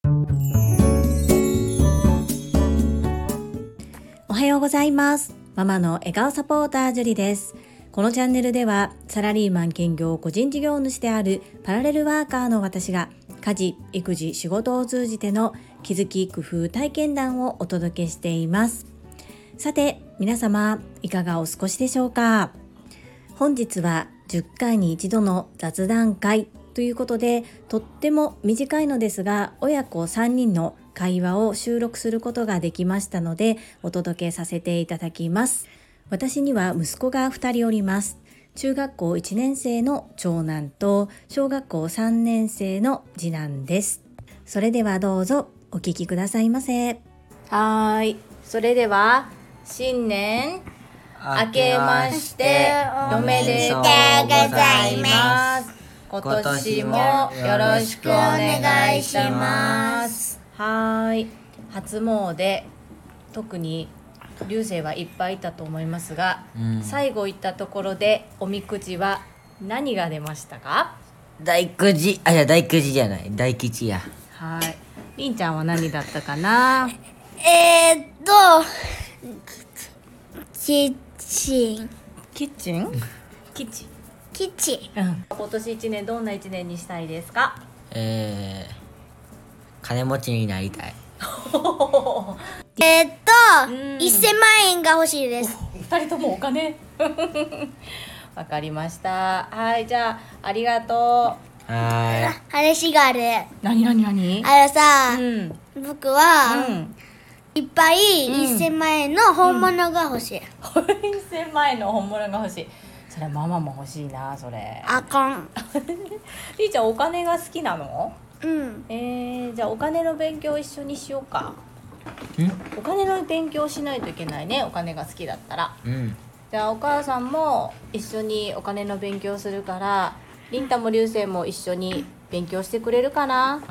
おはようございます。ママの笑顔サポータージュリです。このチャンネルではサラリーマン兼業個人事業主であるパラレルワーカーの私が家事、育児、仕事を通じての気づき、工夫、体験談をお届けしています。さて皆様いかがお過ごしでしょうか。本日は10回に一度の雑談会ということで、とっても短いのですが親子3人の会話を収録することができましたのでお届けさせていただきます。私には息子が2人おります。中学校1年生の長男と小学校3年生の次男です。それではどうぞお聞きくださいませ。はい、それでは新年明けましておめでとうございます。今年もよろしくお願いします。はい、初詣、特に流星はいっぱいいたと思いますが、最後行ったところでおみくじは何が出ましたか？ 大吉じゃない大吉や。 はい、りんちゃんは何だったかな？ キッチン、 今年1年どんな1年にしたいですか？ 金持ちになりたい。 1000万円が欲しいです。 2人ともお金わかりました。はい、じゃあありがとう。 話がある。 何？ さ、僕は、いっぱい1000万円の本物が欲しい。 1000万円の本物が欲しい。それママも欲しいな。それあかん。 りーちゃんお金が好きなの？じゃあお金の勉強一緒にしようか。お金の勉強しないといけないね、お金が好きだったら。じゃあお母さんも一緒にお金の勉強するから、りんたもりゅうせいも一緒に勉強してくれるかな？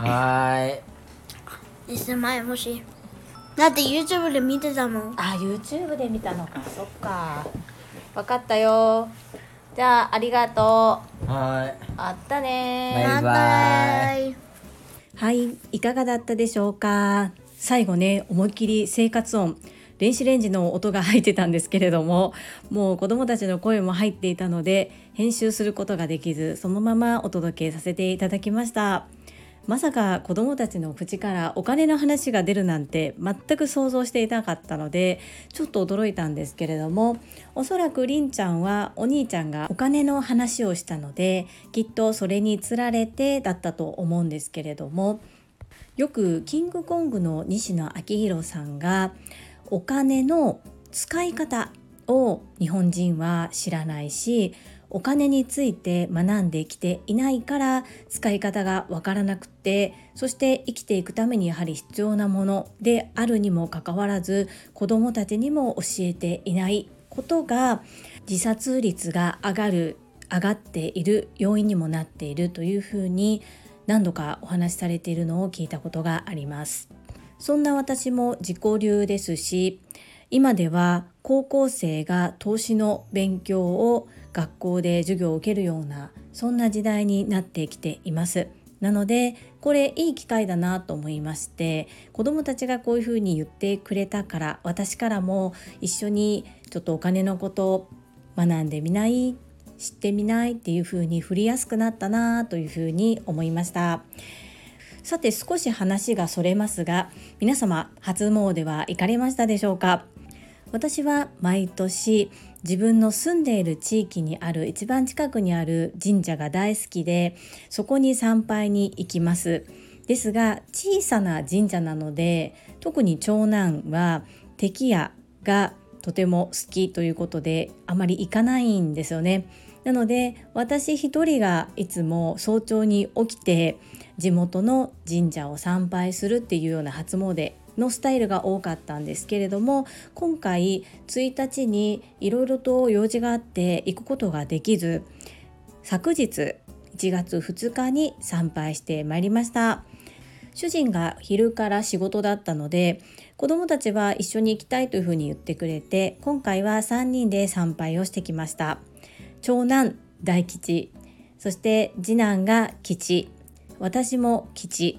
1000万円欲しい。だって YouTube で見てたもん。 YouTube で見たのか。そっか、分かったよ。じゃあありがとう。あったね。 バイバイ。 はい、いかがだったでしょうか。最後ね、思いっきり生活音、電子レンジの音が入ってたんですけれども、もう子どもたちの声も入っていたので編集することができず、そのままお届けさせていただきました。まさか子どもたちの口からお金の話が出るなんて全く想像していなかったので、ちょっと驚いたんですけれども、おそらくりんちゃんはお兄ちゃんがお金の話をしたので、きっとそれにつられてだったと思うんですけれども、よくキングコングの西野昭弘さんがお金の使い方を日本人は知らないし、お金について学んできていないから使い方がわからなくて、そして生きていくためにやはり必要なものであるにもかかわらず、子どもたちにも教えていないことが自殺率が上がっている要因にもなっているというふうに何度かお話しされているのを聞いたことがあります。そんな私も自己流ですし、今では高校生が投資の勉強を学校で授業を受けるような、そんな時代になってきています。なのでこれいい機会だなと思いまして、子どもたちがこういうふうに言ってくれたから、私からも一緒にちょっとお金のことを学んでみない、知ってみないっていうふうに振りやすくなったなというふうに思いました。さて少し話がそれますが、皆様初詣は行かれましたでしょうか？私は毎年自分の住んでいる地域にある一番近くにある神社が大好きで、そこに参拝に行きます。ですが小さな神社なので、特に長男は敵屋がとても好きということであまり行かないんですよね。なので私一人がいつも早朝に起きて地元の神社を参拝するっていうような初詣のスタイルが多かったんですけれども、今回1日にいろいろと用事があって行くことができず、昨日1月2日に参拝してまいりました。主人が昼から仕事だったので、子どもたちは一緒に行きたいというふうに言ってくれて、今回は3人で参拝をしてきました。長男大吉、そして次男が吉、私も吉、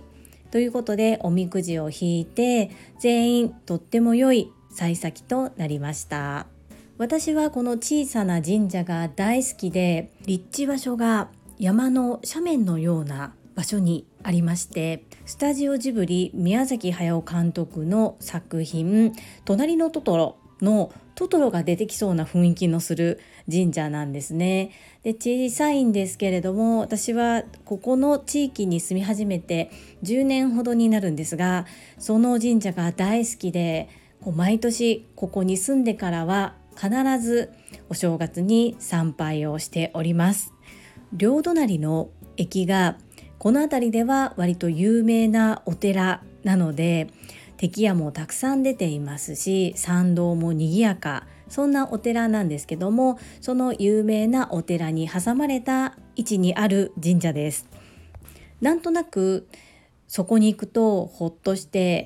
ということでおみくじを引いて全員とっても良い幸先となりました。私はこの小さな神社が大好きで、立地場所が山の斜面のような場所にありまして、スタジオジブリ宮崎駿監督の作品隣のトトロのトトロが出てきそうな雰囲気のする神社なんですね。で、小さいんですけれども、私はここの地域に住み始めて10年ほどになるんですが、その神社が大好きで、毎年ここに住んでからは必ずお正月に参拝をしております。両隣の駅がこの辺りでは割と有名なお寺なので、敵屋もたくさん出ていますし、参道も賑やか、そんなお寺なんですけども、その有名なお寺に挟まれた位置にある神社です。なんとなくそこに行くとほっとして、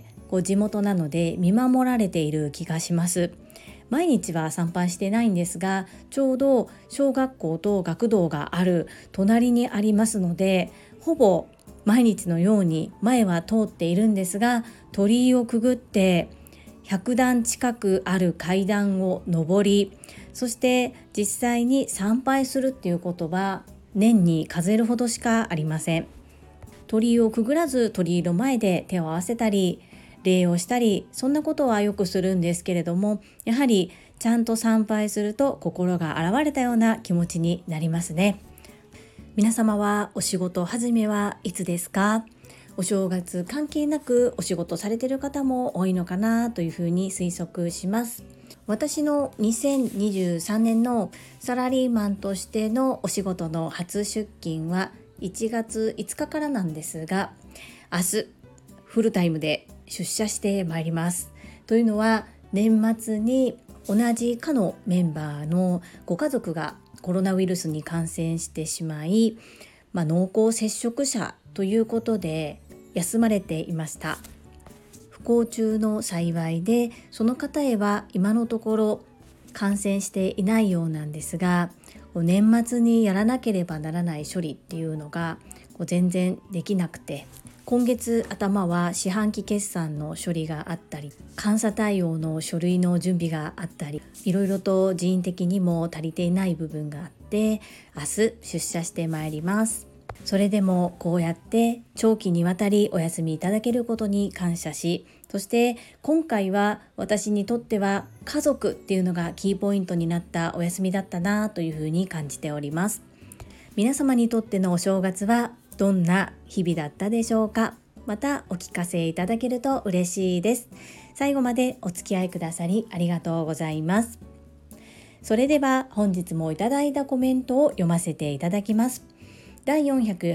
地元なので見守られている気がします。毎日は参拝してないんですが、ちょうど小学校と学童がある隣にありますので、ほぼ毎日のように前は通っているんですが、鳥居をくぐって100段近くある階段を上り、そして実際に参拝するっていうことは年に数えるほどしかありません。鳥居をくぐらず鳥居の前で手を合わせたり礼をしたり、そんなことはよくするんですけれども、やはりちゃんと参拝すると心が洗われたような気持ちになりますね。皆様はお仕事始めはいつですか？お正月関係なくお仕事されている方も多いのかなというふうに推測します。私の2023年のサラリーマンとしてのお仕事の初出勤は1月5日からなんですが、明日フルタイムで出社してまいります。というのは、年末に同じ課のメンバーのご家族がコロナウイルスに感染してしまい、濃厚接触者ということで休まれていました。不幸中の幸いで、その方へは今のところ感染していないようなんですが、年末にやらなければならない処理っていうのが全然できなくて、今月頭は四半期決算の処理があったり、監査対応の書類の準備があったり、いろいろと人員的にも足りていない部分があって、明日出社してまいります。それでもこうやって長期にわたりお休みいただけることに感謝し、そして今回は私にとっては家族っていうのがキーポイントになったお休みだったなというふうに感じております。皆様にとってのお正月はどんな日々だったでしょうか？またお聞かせいただけると嬉しいです。最後までお付き合いくださりありがとうございます。それでは本日もいただいたコメントを読ませていただきます。第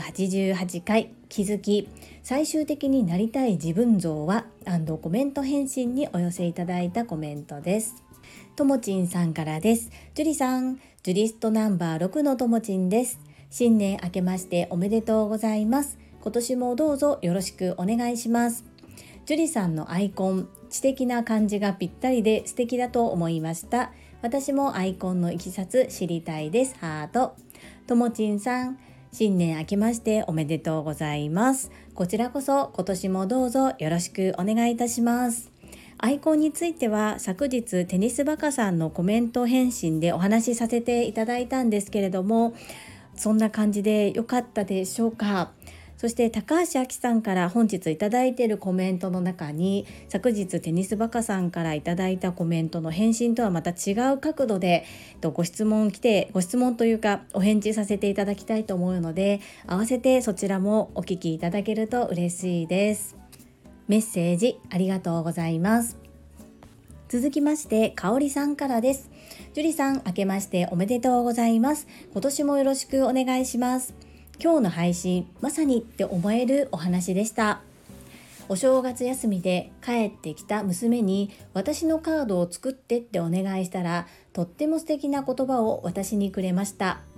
488回気づき、最終的になりたい自分像は&コメント返信にお寄せいただいたコメントです。ともちんさんからです。ジュリさん、ジュリストナンバー6のともちんです。新年明けましておめでとうございます。今年もどうぞよろしくお願いします。ジュリさんのアイコン、知的な感じがぴったりで素敵だと思いました。私もアイコンのいきさつ知りたいです。ハート。ともちんさん、新年明けましておめでとうございます。こちらこそ今年もどうぞよろしくお願いいたします。アイコンについては昨日テニスバカさんのコメント返信でお話しさせていただいたんですけれども、そんな感じで良かったでしょうか。そして高橋明さんから本日いただいているコメントの中に、昨日テニスバカさんからいただいたコメントの返信とはまた違う角度でご質問というかお返事させていただきたいと思うので、合わせてそちらもお聞きいただけると嬉しいです。メッセージありがとうございます。続きましてかおりさんからです。ジュリさん、明けましておめでとうございます。今年もよろしくお願いします。今日の配信、まさにって思えるお話でした。お正月休みで帰ってきた娘に私のカードを作ってってお願いしたら、とっても素敵な言葉を私にくれました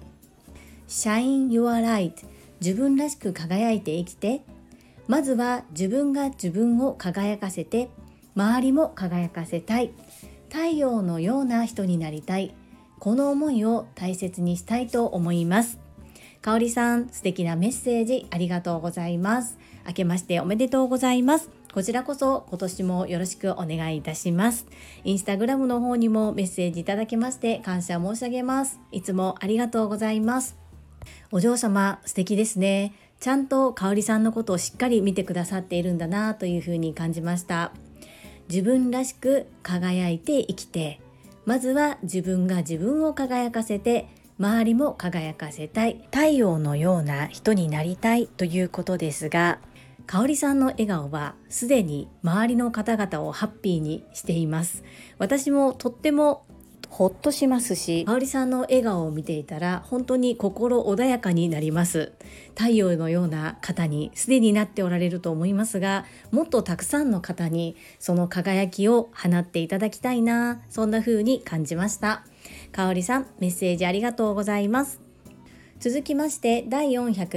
。Shine your light。 自分らしく輝いて生きて。まずは自分が自分を輝かせて、周りも輝かせたい。太陽のような人になりたい。この思いを大切にしたいと思います。かおりさん、素敵なメッセージありがとうございます。 明けましておめでとうございます。こちらこそ今年もよろしくお願いいたします。インスタグラムの方にもメッセージいただきまして感謝申し上げます。いつもありがとうございます。お嬢様素敵ですね。ちゃんと香織さんのことをしっかり見てくださっているんだなというふうに感じました。自分らしく輝いて生きて、まずは自分が自分を輝かせて、周りも輝かせたい、太陽のような人になりたいということですが、香織さんの笑顔はすでに周りの方々をハッピーにしています。私もとってもほっとしますし、香織さんの笑顔を見ていたら本当に心穏やかになります。太陽のような方にすでになっておられると思いますが、もっとたくさんの方にその輝きを放っていただきたいな、そんな風に感じました。香織さん、メッセージありがとうございます。続きまして第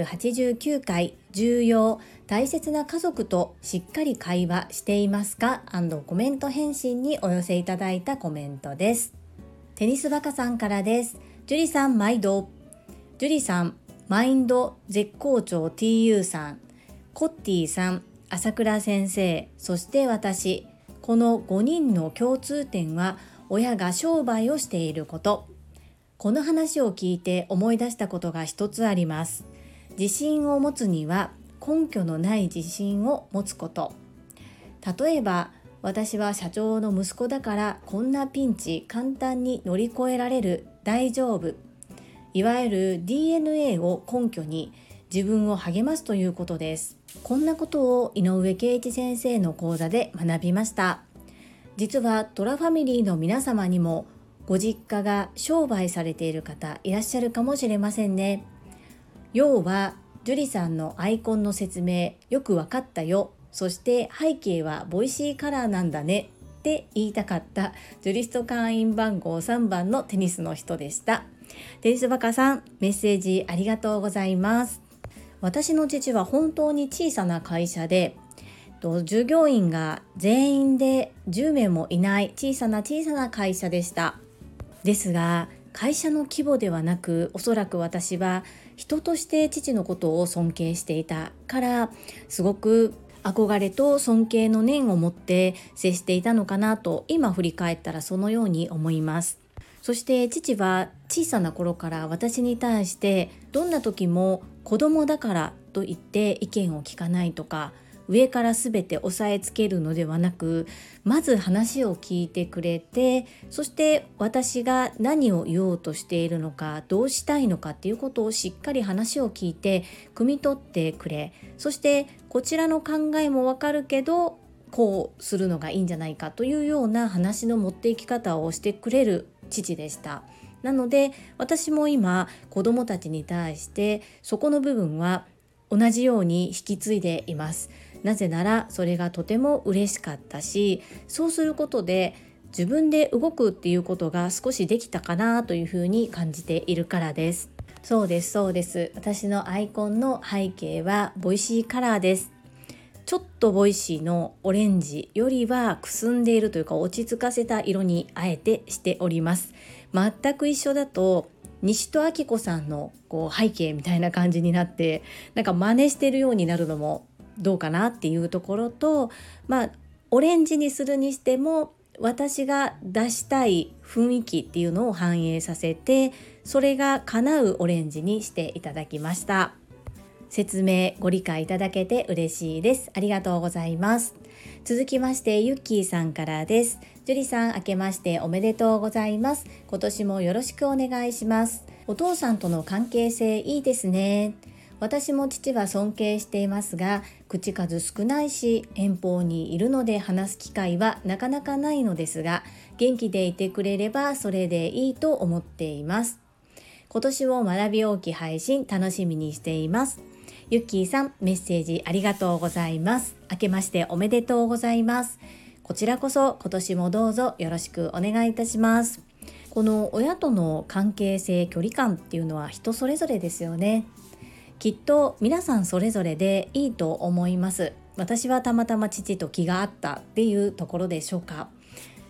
489回重要大切な家族としっかり会話していますか&コメント返信にお寄せいただいたコメントです。テニスバカさんからです。ジュリさん毎度。ジュリさん、マインド絶好調 TU さん、コッティさん、朝倉先生、そして私、この5人の共通点は親が商売をしていること。この話を聞いて思い出したことが一つあります。自信を持つには根拠のない自信を持つこと。例えば、私は社長の息子だからこんなピンチ簡単に乗り越えられる、大丈夫。いわゆる DNA を根拠に自分を励ますということです。こんなことを井上圭一先生の講座で学びました。実はトラファミリーの皆様にもご実家が商売されている方いらっしゃるかもしれませんね。要はジュリさんのアイコンの説明よくわかったよ。そして背景はボイシーカラーなんだねって言いたかったジュリスト会員番号3番のテニスの人でした。テニスバカさん、メッセージありがとうございます。私の父は本当に小さな会社で、従業員が全員で10名もいない小さな会社でした。ですが会社の規模ではなく、おそらく私は人として父のことを尊敬していたから、すごく憧れと尊敬の念を持って接していたのかなと、今振り返ったらそのように思います。そして父は小さな頃から私に対して、どんな時も子供だからと言って意見を聞かないとか、上から全て押さえつけるのではなく、まず話を聞いてくれて、そして私が何を言おうとしているのか、どうしたいのかっていうことをしっかり話を聞いて汲み取ってくれ、そしてこちらの考えもわかるけどこうするのがいいんじゃないかというような話の持っていき方をしてくれる父でした。なので私も今子どもたちに対してそこの部分は同じように引き継いでいます。なぜならそれがとても嬉しかったし、そうすることで自分で動くっていうことが少しできたかなというふうに感じているからです。そうです。私のアイコンの背景はボイシーカラーです。ちょっとボイシーのオレンジよりはくすんでいるというか、落ち着かせた色にあえてしております。全く一緒だと西戸明子さんの背景みたいな感じになって、なんか真似してるようになるのもどうかなっていうところと、オレンジにするにしても私が出したい雰囲気っていうのを反映させて、それが叶うオレンジにしていただきました。説明ご理解いただけて嬉しいです。ありがとうございます。続きましてゆっきーさんからです。ジュリさん、明けましておめでとうございます。今年もよろしくお願いします。お父さんとの関係性いいですね。私も父は尊敬していますが、口数少ないし遠方にいるので話す機会はなかなかないのですが、元気でいてくれればそれでいいと思っています。今年も学び大き配信楽しみにしています。ゆっきーさん、メッセージありがとうございます。明けましておめでとうございます。こちらこそ今年もどうぞよろしくお願いいたします。この親との関係性、距離感っていうのは人それぞれですよね。きっと皆さんそれぞれでいいと思います。私はたまたま父と気が合ったっていうところでしょうか。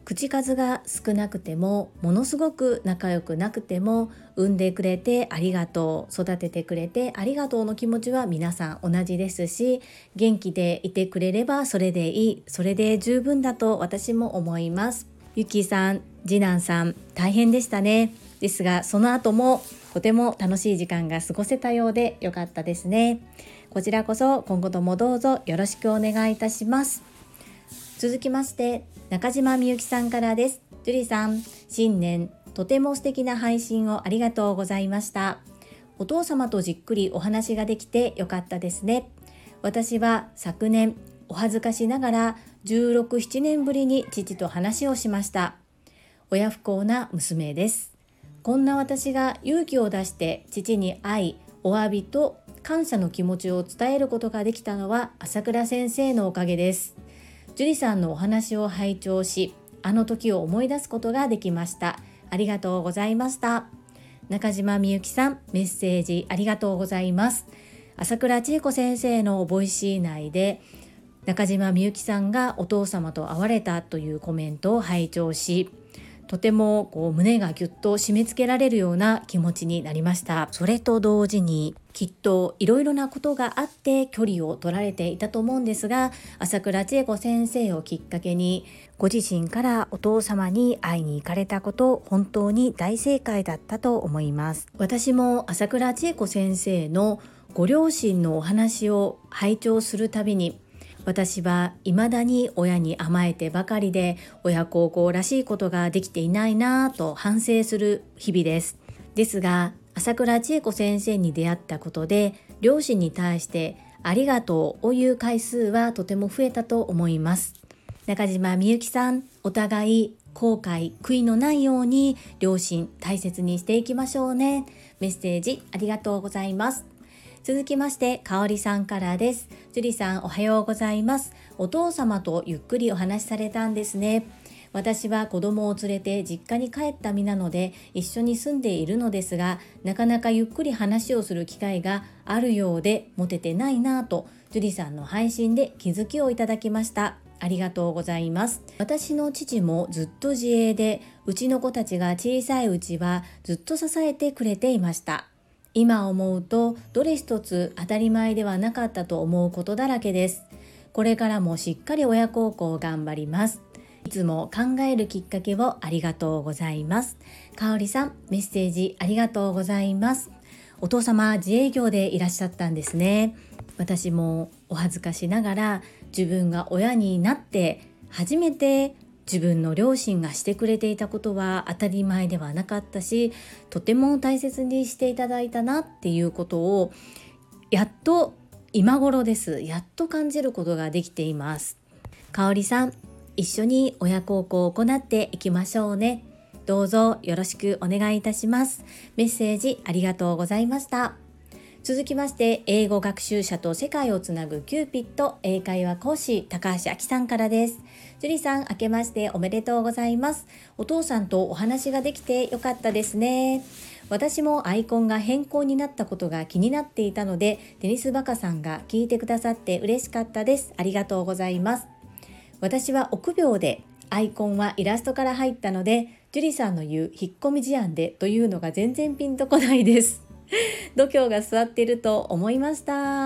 口数が少なくてもものすごく仲良くなくても産んでくれてありがとう、育ててくれてありがとうの気持ちは皆さん同じですし、元気でいてくれればそれでいい、それで十分だと私も思います。ゆきさん、次男さん大変でしたね。ですがその後もとても楽しい時間が過ごせたようでよかったですね。こちらこそ今後ともどうぞよろしくお願いいたします。続きまして中島みゆきさんからです。ジュリさん、新年とても素敵な配信をありがとうございました。お父様とじっくりお話ができてよかったですね。私は昨年お恥ずかしながら16、7年ぶりに父と話をしました。親不孝な娘です。こんな私が勇気を出して父に愛、お詫びと感謝の気持ちを伝えることができたのは朝倉先生のおかげです。ジュリさんのお話を拝聴し、あの時を思い出すことができました。ありがとうございました。中島みゆきさん、メッセージありがとうございます。朝倉千恵子先生のボイシー内で中島みゆきさんがお父様と会われたというコメントを拝聴し、とても胸がぎゅっと締め付けられるような気持ちになりました。それと同時にきっといろいろなことがあって距離を取られていたと思うんですが、朝倉千恵子先生をきっかけにご自身からお父様に会いに行かれたこと、本当に大正解だったと思います。私も朝倉千恵子先生のご両親のお話を拝聴するたびに、私は未だに親に甘えてばかりで親孝行らしいことができていないなぁと反省する日々です。ですが朝倉千恵子先生に出会ったことで両親に対してありがとうを言う回数はとても増えたと思います。中島みゆきさん、お互い後悔悔いのないように両親大切にしていきましょうね。メッセージありがとうございます。続きましてかおりさんからです。ジュリさん、おはようございます。お父様とゆっくりお話しされたんですね。私は子供を連れて実家に帰った身なので一緒に住んでいるのですが、なかなかゆっくり話をする機会があるようで持ててないなぁとジュリさんの配信で気づきをいただきました。ありがとうございます。私の父もずっと自営で、うちの子たちが小さいうちはずっと支えてくれていました。今思うとどれ一つ当たり前ではなかったと思うことだらけです。これからもしっかり親孝行を頑張ります。いつも考えるきっかけをありがとうございます。かおりさん、メッセージありがとうございます。お父様自営業でいらっしゃったんですね。私もお恥ずかしながら自分が親になって初めて自分の両親がしてくれていたことは当たり前ではなかったし、とても大切にしていただいたなっていうことをやっと今頃です。やっと感じることができています。かおりさん、一緒に親孝行を行っていきましょうね。どうぞよろしくお願いいたします。メッセージありがとうございました。続きまして英語学習者と世界をつなぐキューピット英会話講師高橋明さんからです。ジュリさん、明けましておめでとうございます。お父さんとお話ができてよかったですね。私もアイコンが変更になったことが気になっていたので、テニスバカさんが聞いてくださって嬉しかったです。ありがとうございます。私は臆病でアイコンはイラストから入ったので、ジュリさんの言う引っ込み思案でというのが全然ピンとこないです。度胸が座っていると思いました。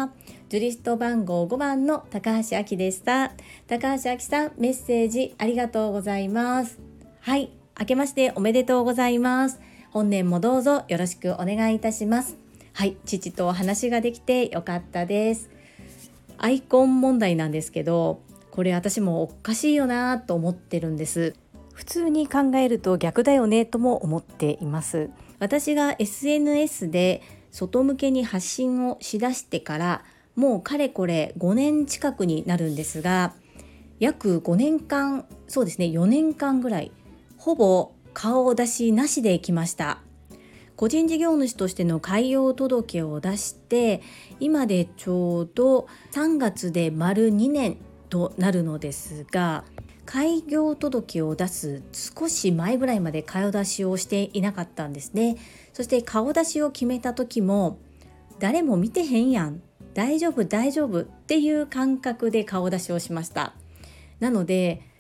ジュリスト番号5番の高橋明でした。高橋明さん、メッセージありがとうございます。はい、明けましておめでとうございます。本年もどうぞよろしくお願いいたします。はい、父とお話ができてよかったです。アイコン問題なんですけど、これ私もおかしいよなと思ってるんです。普通に考えると逆だよねとも思っています。私が SNS で外向けに発信をしだしてからもうかれこれ5年近くになるんですが、約5年間、そうですね、4年間ぐらいほぼ顔出しなしで来ました。個人事業主としての開業届を出して今でちょうど3月で丸2年となるのですが、開業届を出す少し前ぐらいまで顔出しをしていなかったんですね。そして顔出しを決めた時も誰も見てへんやん、大丈夫大丈夫っていう感覚で顔出しをしました。なので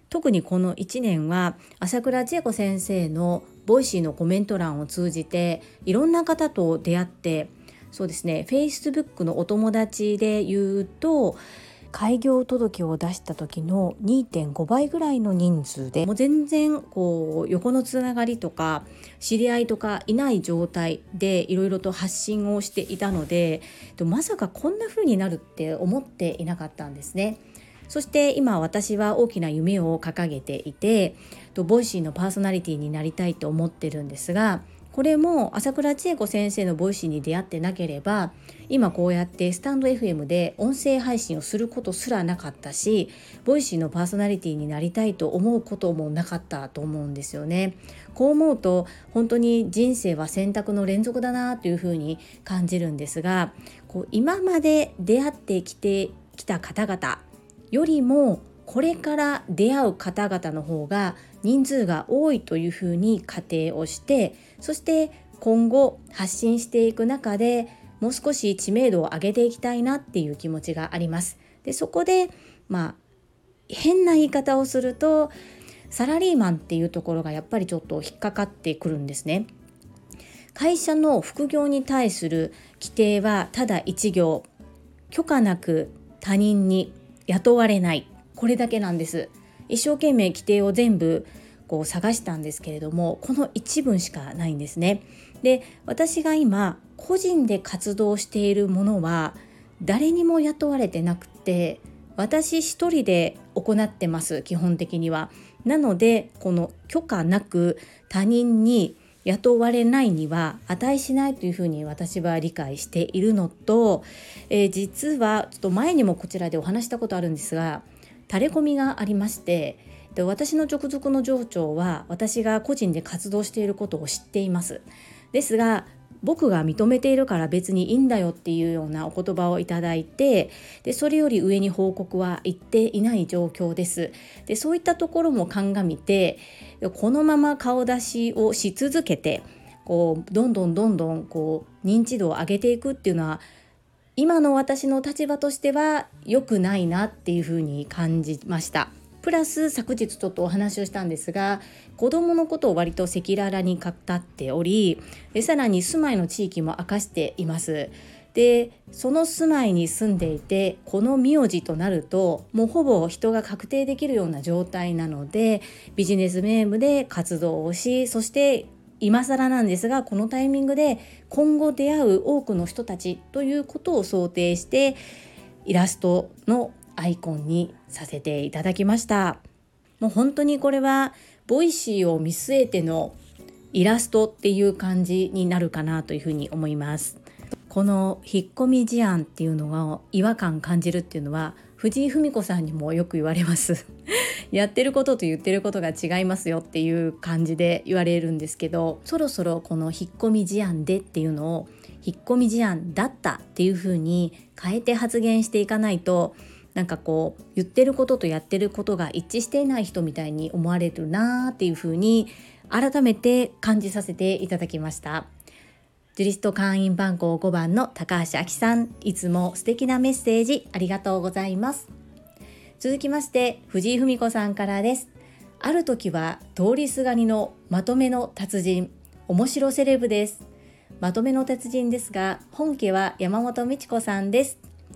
特にこの1年は朝倉千恵子先生のボイシーのコメント欄を通じていろんな方と出会って、そうですね、 Facebook のお友達で言うと開業届を出した時の 2.5 倍ぐらいの人数で、もう全然横のつながりとか知り合いとかいない状態でいろいろと発信をしていたので、まさかこんな風になるって思っていなかったんですね。そして今私は大きな夢を掲げていて、ボイシーのパーソナリティになりたいと思ってるんですが、これも朝倉千恵子先生のボイシーに出会ってなければ、今こうやってスタンド FM で音声配信をすることすらなかったし、ボイシーのパーソナリティになりたいと思うこともなかったと思うんですよね。こう思うと本当に人生は選択の連続だなというふうに感じるんですが、今まで出会ってきた方々よりもこれから出会う方々の方が人数が多いというふうに仮定をして、そして今後発信していく中でもう少し知名度を上げていきたいなっていう気持ちがあります。でそこで変な言い方をするとサラリーマンっていうところがやっぱりちょっと引っかかってくるんですね。会社の副業に対する規定はただ一行、許可なく他人に雇われない、これだけなんです。一生懸命規定を全部探したんですけれども、この一文しかないんですね。で、私が今個人で活動しているものは誰にも雇われてなくて、私一人で行ってます、基本的には。なのでこの許可なく他人に雇われないには値しないというふうに私は理解しているのと、実はちょっと前にもこちらでお話したことあるんですが、タレコミがありまして、で私の直属の上長は私が個人で活動していることを知っています。ですが僕が認めているから別にいいんだよっていうようなお言葉をいただいて、でそれより上に報告は行っていない状況です。でそういったところも鑑みて、このまま顔出しをし続けてどんどん認知度を上げていくっていうのは今の私の立場としては良くないなっていうふうに感じました。プラス昨日ちょっとお話をしたんですが、子どものことを割と赤裸々に語っており、さらに住まいの地域も明かしています。でその住まいに住んでいて、この名字となるともうほぼ人が確定できるような状態なので、ビジネスネームで活動をし、そして今更なんですがこのタイミングで今後出会う多くの人たちということを想定してイラストのアイコンにさせていただきました。もう本当にこれはボイシーを見据えてのイラストっていう感じになるかなというふうに思います。この引っ込み思案っていうのが違和感感じるっていうのは藤井文子さんにもよく言われますやってることと言ってることが違いますよっていう感じで言われるんですけど、そろそろこの引っ込み思案でっていうのを引っ込み思案だったっていう風に変えて発言していかないと、なんか言ってることとやってることが一致していない人みたいに思われるなっていう風に改めて感じさせていただきました。ジュリスト会員番号5番の高橋明さん、いつも素敵なメッセージありがとうございます。続きまして藤井文子さんからです。ある時は通りすがりのまとめの達人、面白セレブです。まとめの達人ですが本家は山本美智子さんです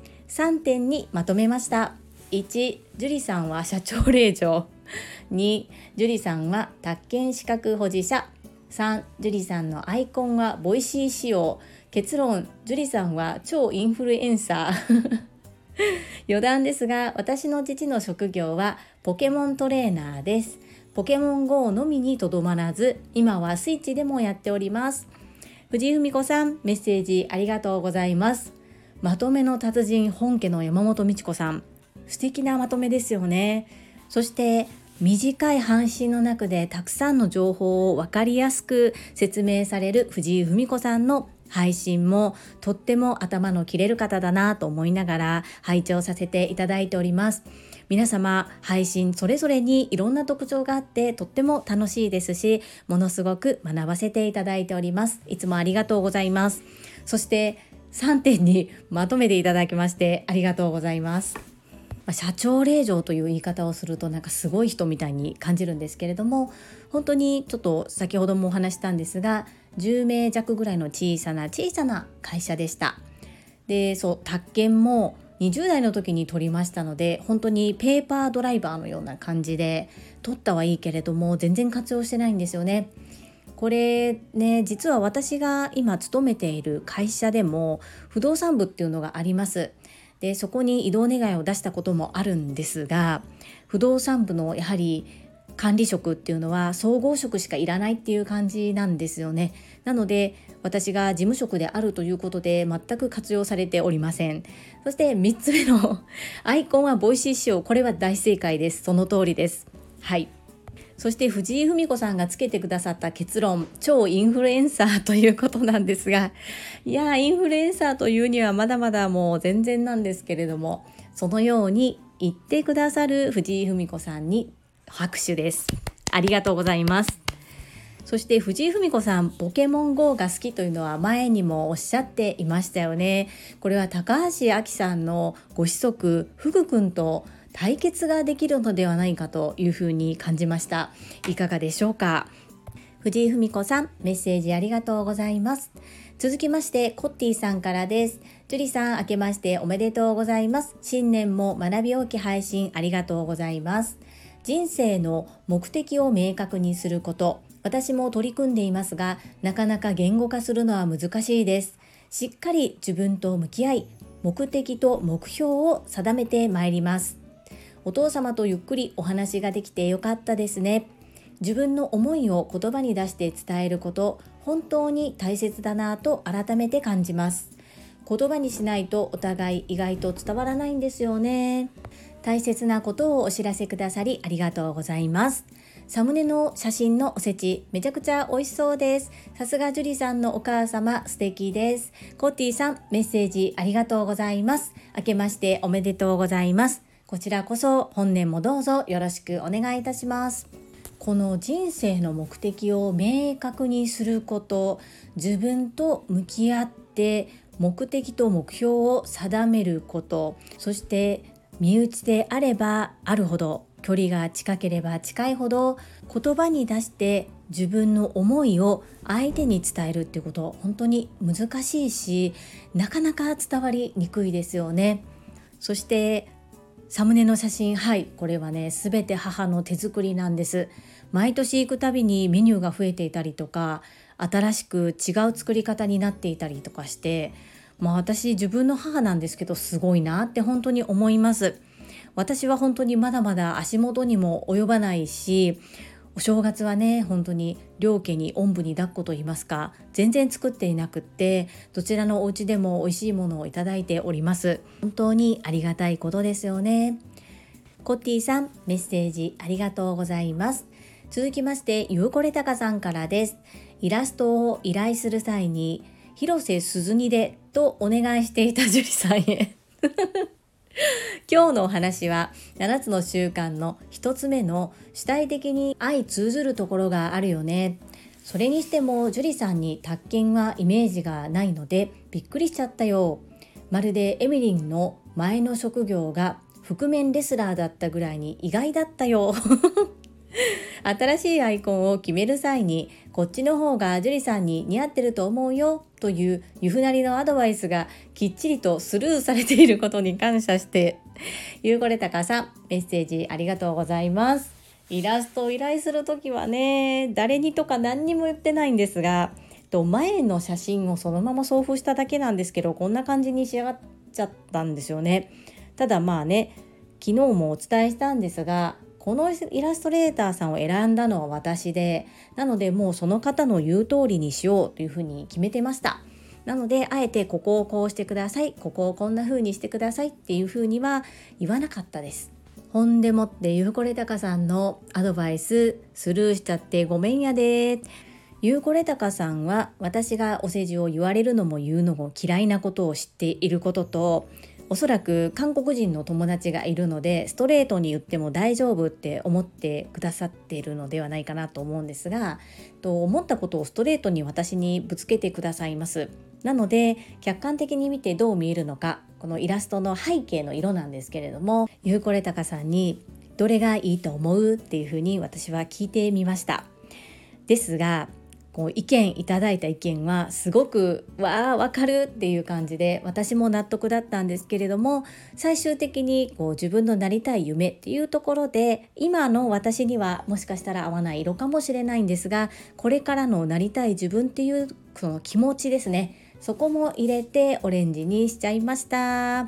。3点にまとめました。1、ジュリさんは社長令嬢。2、ジュリさんは宅建資格保持者。3、ジュリさんのアイコンはボイシー仕様。結論、ジュリさんは超インフルエンサー余談ですが、私の父の職業はポケモントレーナーです。ポケモン GO のみにとどまらず、今はスイッチでもやっております。藤井文子さん、メッセージありがとうございます。まとめの達人本家の山本美智子さん、素敵なまとめですよね。そして短い配信の中でたくさんの情報を分かりやすく説明される藤井文子さんの配信もとっても頭の切れる方だなと思いながら拝聴させていただいております。皆様配信それぞれにいろんな特徴があってとっても楽しいですし、ものすごく学ばせていただいております。いつもありがとうございます。そして3点にまとめていただきましてありがとうございます。 社長令嬢という言い方をするとなんかすごい人みたいに感じるんですけれども、本当にちょっと先ほどもお話したんですが、10名弱ぐらいの小さな会社でした。で、宅建も20代の時に取りましたので、本当にペーパードライバーのような感じで取ったはいいけれども全然活用してないんですよね。これね、実は私が今勤めている会社でも不動産部っていうのがあります。で、そこに異動願いを出したこともあるんですが、不動産部のやはり管理職っていうのは総合職しかいらないっていう感じなんですよね。なので私が事務職であるということで全く活用されておりません。そして3つ目のアイコンはボイシー仕様、これは大正解です。その通りです。はい。そして藤井文子さんがつけてくださった結論、超インフルエンサーということなんですが、いやインフルエンサーというにはまだまだもう全然なんですけれども、そのように言ってくださる藤井文子さんに拍手です。ありがとうございます。そして藤井文子さん、ポケモン GO が好きというのは前にもおっしゃっていましたよね。これは高橋亜紀さんのご子息フグ君と対決ができるのではないかというふうに感じました。いかがでしょうか。藤井文子さん、メッセージありがとうございます。続きましてコッティさんからです。ジュリさん、明けましておめでとうございます。新年も学び大き配信ありがとうございます。人生の目的を明確にすること、私も取り組んでいますが、なかなか言語化するのは難しいです。しっかり自分と向き合い、目的と目標を定めてまいります。お父様とゆっくりお話ができてよかったですね。自分の思いを言葉に出して伝えること、本当に大切だなと改めて感じます。言葉にしないとお互い意外と伝わらないんですよね。大切なことをお知らせくださりありがとうございます。サムネの写真のおせち、めちゃくちゃ美味しそうです。さすがジュリさんのお母様、素敵です。コッティさん、メッセージありがとうございます。明けましておめでとうございます。こちらこそ本年もどうぞよろしくお願いいたします。この人生の目的を明確にすること、自分と向き合って目的と目標を定めること、そして身内であればあるほど、距離が近ければ近いほど言葉に出して自分の思いを相手に伝えるっていうこと、本当に難しいし、なかなか伝わりにくいですよね。そしてサムネの写真、はい、これはね、すべて母の手作りなんです。毎年行くたびにメニューが増えていたりとか、新しく違う作り方になっていたりとかして、私自分の母なんですけど、すごいなって本当に思います。私は本当にまだまだ足元にも及ばないし、お正月はね、本当に両家におんぶに抱っこと言いますか、全然作っていなくって、どちらのお家でも美味しいものをいただいております。本当にありがたいことですよね。コッティさん、メッセージありがとうございます。続きましてゆうこれたかさんからです。イラストを依頼する際に広瀬すずにでとお願いしていたジュリさんへ今日のお話は7つの習慣の1つ目の主体的に相通ずるところがあるよね。それにしてもジュリさんに宅建はイメージがないのでびっくりしちゃったよ。まるでエミリンの前の職業が覆面レスラーだったぐらいに意外だったよ新しいアイコンを決める際にこっちの方がジュリさんに似合ってると思うよというゆふなりのアドバイスがきっちりとスルーされていることに感謝して、ゆうこれたかさん、メッセージありがとうございます。イラストを依頼するときはね、誰にとか何にも言ってないんですが、前の写真をそのまま送付しただけなんですけど、こんな感じに仕上がっちゃったんですよね。ただ昨日もお伝えしたんですが、このイラストレーターさんを選んだのは私で、なのでもうその方の言う通りにしようというふうに決めてました。なのであえてここをこうしてください、ここをこんな風にしてくださいっていう風には言わなかったです。ほんでもってゆうこれたかさんのアドバイススルーしちゃってごめんやで。ゆうこれたかさんは私がお世辞を言われるのも言うのも嫌いなことを知っていることと、おそらく韓国人の友達がいるのでストレートに言っても大丈夫って思ってくださっているのではないかなと思うんですが、思ったことをストレートに私にぶつけてくださいます。なので客観的に見てどう見えるのか、 このイラストの背景の色なんですけれども、ゆうこれたかさんにどれがいいと思うっていうふうに私は聞いてみました。ですが意見いただいた意見はすごくわかるっていう感じで、私も納得だったんですけれども、最終的に自分のなりたい夢っていうところで、今の私にはもしかしたら合わない色かもしれないんですが、これからのなりたい自分っていうその気持ちですね、そこも入れてオレンジにしちゃいました。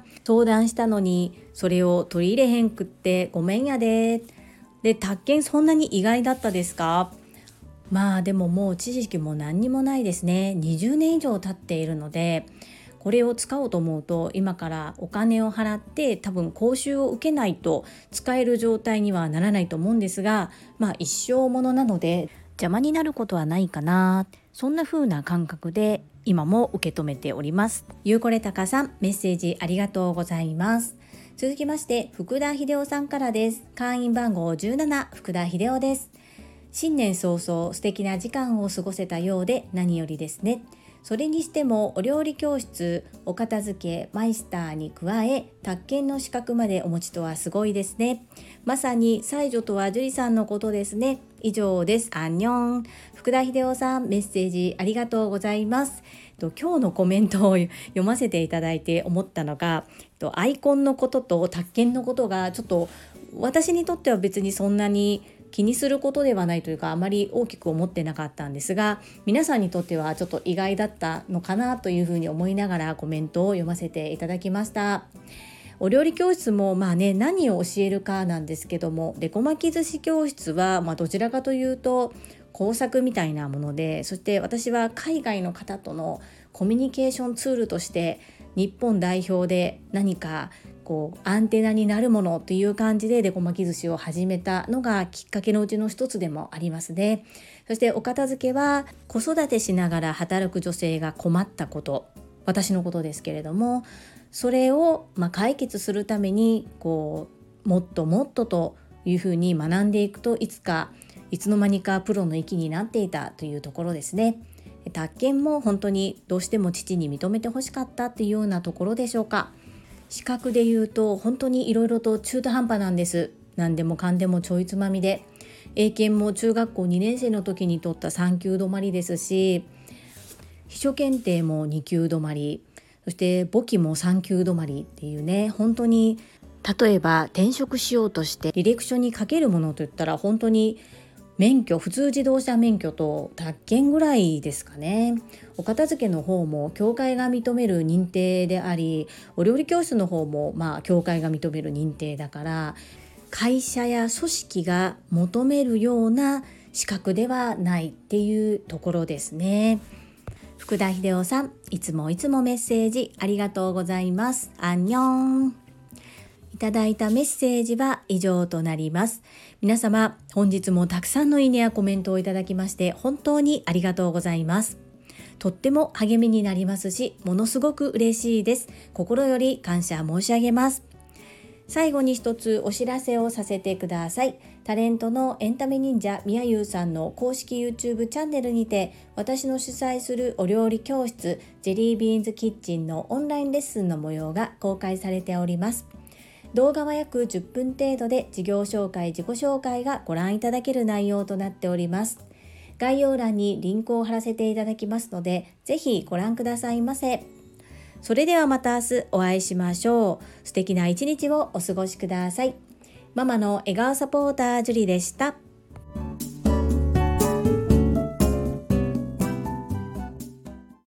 相談したのにそれを取り入れへんくってごめんやで。宅建そんなに意外だったですか？でももう知識も何にもないですね。20年以上経っているので、これを使おうと思うと今からお金を払って多分講習を受けないと使える状態にはならないと思うんですが、一生ものなので邪魔になることはないかな、そんな風な感覚で今も受け止めております。ゆうこれたかさん、メッセージありがとうございます。続きまして福田秀夫さんからです。会員番号17、福田秀夫です。新年早々素敵な時間を過ごせたようで何よりですね。それにしてもお料理教室、お片付けマイスターに加え宅建の資格までお持ちとはすごいですね。まさに才女とは樹里さんのことですね。以上です。アンニョン。福田秀夫さん、メッセージありがとうございます。今日のコメントを読ませていただいて思ったのが、アイコンのことと宅建のことがちょっと私にとっては別にそんなに気にすることではないというか、あまり大きく思ってなかったんですが、皆さんにとってはちょっと意外だったのかなというふうに思いながらコメントを読ませていただきました。お料理教室も何を教えるかなんですけども、デコ巻き寿司教室はどちらかというと工作みたいなもので、そして私は海外の方とのコミュニケーションツールとして日本代表で何かアンテナになるものという感じでデコ巻き寿司を始めたのがきっかけのうちの一つでもありますね。そしてお片付けは子育てしながら働く女性が困ったこと、私のことですけれども、それを解決するためにもっともっとというふうに学んでいくと、いつの間にかプロの域になっていたというところですね。宅建も本当にどうしても父に認めてほしかったっていうようなところでしょうか。資格で言うと本当にいろいろと中途半端なんです。何でもかんでもちょいつまみで、英検も中学校2年生の時に取った3級止まりですし、秘書検定も2級止まり、そして簿記も3級止まりっていうね、本当に例えば転職しようとして履歴書に書けるものといったら本当に免許、普通自動車免許と宅建ぐらいですかね。お片付けの方も協会が認める認定であり、お料理教室の方も協会が認める認定だから、会社や組織が求めるような資格ではないっていうところですね。福田秀夫さん、いつもメッセージありがとうございます。アンニョン。いただいたメッセージは以上となります。皆様、本日もたくさんのいいねやコメントをいただきまして本当にありがとうございます。とっても励みになりますし、ものすごく嬉しいです。心より感謝申し上げます。最後に一つお知らせをさせてください。タレントのエンタメ忍者みやゆうさんの公式 YouTube チャンネルにて、私の主催するお料理教室ジェリービーンズキッチンのオンラインレッスンの模様が公開されております。動画は約10分程度で事業紹介、自己紹介がご覧いただける内容となっております。概要欄にリンクを貼らせていただきますので、ぜひご覧くださいませ。それではまた明日お会いしましょう。素敵な一日をお過ごしください。ママの笑顔サポータージュリでした。